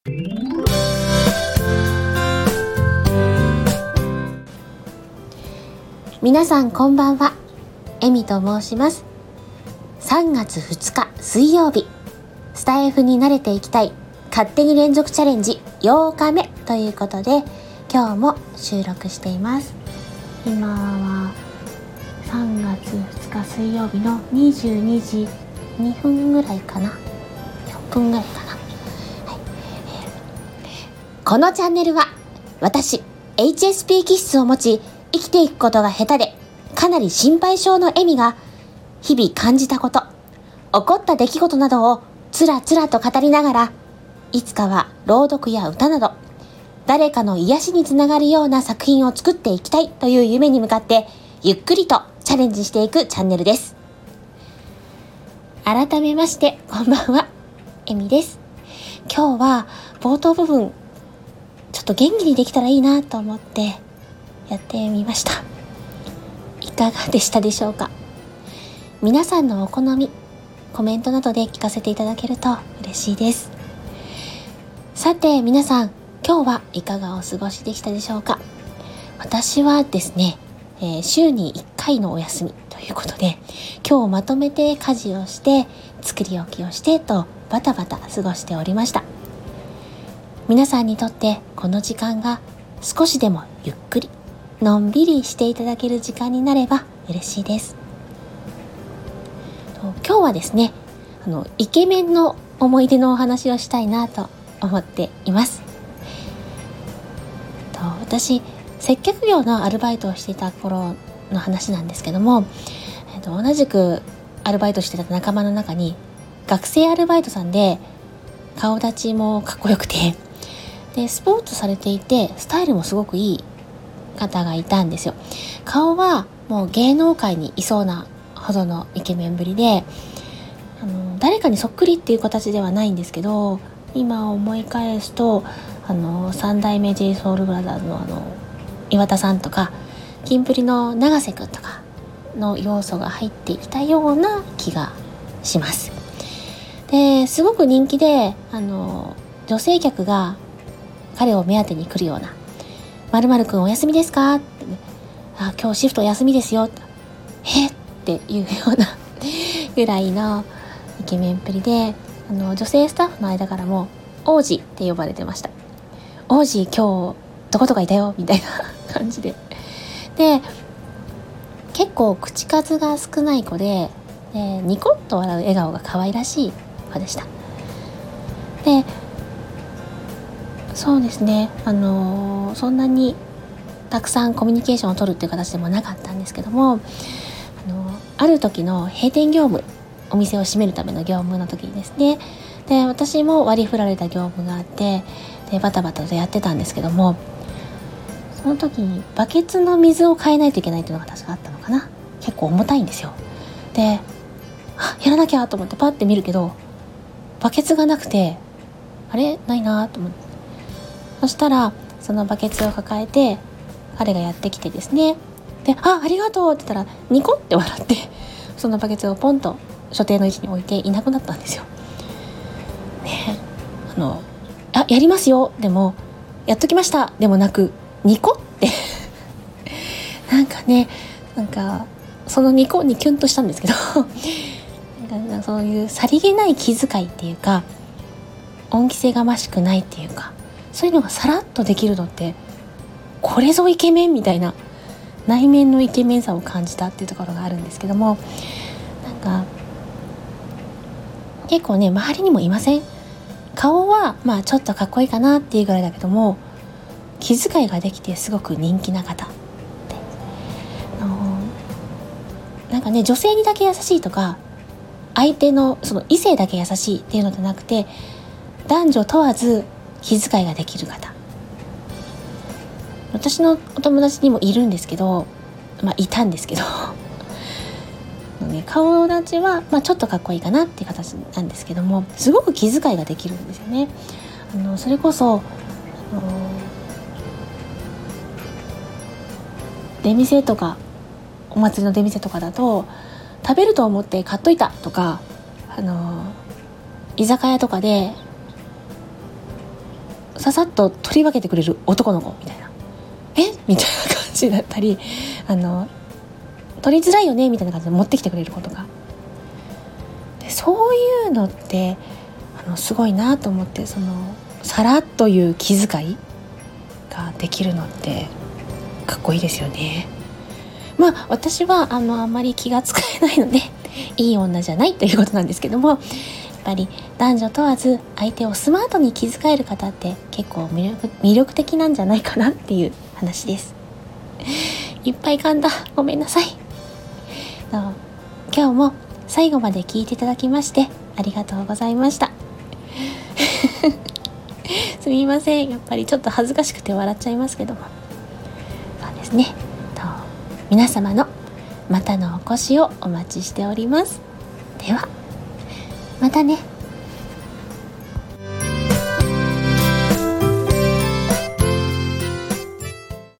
皆さんこんばんは、エミと申します。3月2日水曜日、スタイフに慣れていきたい勝手に連続チャレンジ8日目ということで、今日も収録しています。今は3月2日水曜日の22時2分ぐらいかな、4分ぐらいかな、はい。このチャンネルは私 HSP 気質を持ち、生きていくことが下手でかなり心配性のエミが、日々感じたこと、起こった出来事などをつらつらと語りながら、いつかは朗読や歌など誰かの癒しにつながるような作品を作っていきたいという夢に向かって、ゆっくりとチャレンジしていくチャンネルです。改めましてこんばんは、エミです。今日は冒頭部分ちょっと元気にできたらいいなと思ってやってみました。いかがでしたでしょうか。皆さんのお好み、コメントなどで聞かせていただけると嬉しいです。さて皆さん、今日はいかがお過ごしでしたでしょうか。私はですね、週に1回のお休みということで、今日まとめて家事をして作り置きをしてとバタバタ過ごしておりました。皆さんにとってこの時間が少しでもゆっくりのんびりしていただける時間になれば嬉しいです。今日はですね、イケメンの思い出のお話をしたいなと思っています。私、接客業のアルバイトをしていた頃の話なんですけども、同じくアルバイトしてた仲間の中に学生アルバイトさんで、顔立ちもかっこよくて、でスポーツされていてスタイルもすごくいい方がいたんですよ。顔はもう芸能界にいそうなほどのイケメンぶりで、誰かにそっくりっていう形ではないんですけど、今思い返すと三代目 JSOULBROTHERS の岩田さんとか、キンプリの永瀬くんとかの要素が入っていたような気がします。ですごく人気で、女性客が彼を目当てに来るような、〇〇くんお休みですかって、ね、今日シフトお休みですよっていうようなぐらいのイケメンっぷりで、女性スタッフの間からも王子って呼ばれてました。王子今日どことかいたよみたいな感じで、結構口数が少ない子で、ニコッと笑う笑顔が可愛らしい子でした。で、そうですね、そんなにたくさんコミュニケーションを取るっていう形でもなかったんですけども、ある時の閉店業務、お店を閉めるための業務の時にですね、で私も割り振られた業務があって、でバタバタとやってたんですけども、その時にバケツの水を変えないといけないっていうのが確かあったのかな。結構重たいんですよ。でやらなきゃと思ってパッて見るけど、バケツがなくて、あれないなと思って、そしたらそのバケツを抱えて彼がやってきてですね、でありがとうって言ったらニコって笑って、そのバケツをポンと所定の位置に置いていなくなったんですよ。ね、やりますよでもやっときましたでもなく、ニコってなんかそのニコにキュンとしたんですけどなんかそういうさりげない気遣いっていうか、恩着せがましくないっていうか、そういうのがさらっとできるのって、これぞイケメンみたいな内面のイケメンさを感じたっていうところがあるんですけども、なんか結構ね、周りにもいません？顔はちょっとかっこいいかなっていうぐらいだけども、気遣いができてすごく人気な方で、なんかね、女性にだけ優しいとか、相手のその異性だけ優しいっていうのじゃなくて、男女問わず気遣いができる方、私のお友達にもいるんですけど、いたんですけど顔立ちはちょっとかっこいいかなっていう形なんですけども、すごく気遣いができるんですよね。それこそ出店とかお祭りの出店とかだと、食べると思って買っといたとか、居酒屋とかでささっと取り分けてくれる男の子みたいな、みたいな感じだったり、取りづらいよねみたいな感じで持ってきてくれる子とかで、そういうのってすごいなと思って、さらっという気遣いができるのってかっこいいですよね。私はあんまり気が使えないのでいい女じゃないということなんですけども、やっぱり男女問わず相手をスマートに気遣える方って結構魅力的なんじゃないかなっていう話です。いっぱい噛んだ、ごめんなさい。今日も最後まで聞いていただきましてありがとうございましたすみません、やっぱりちょっと恥ずかしくて笑っちゃいますけども、そうですね、皆様のまたのお越しをお待ちしております。ではまたね。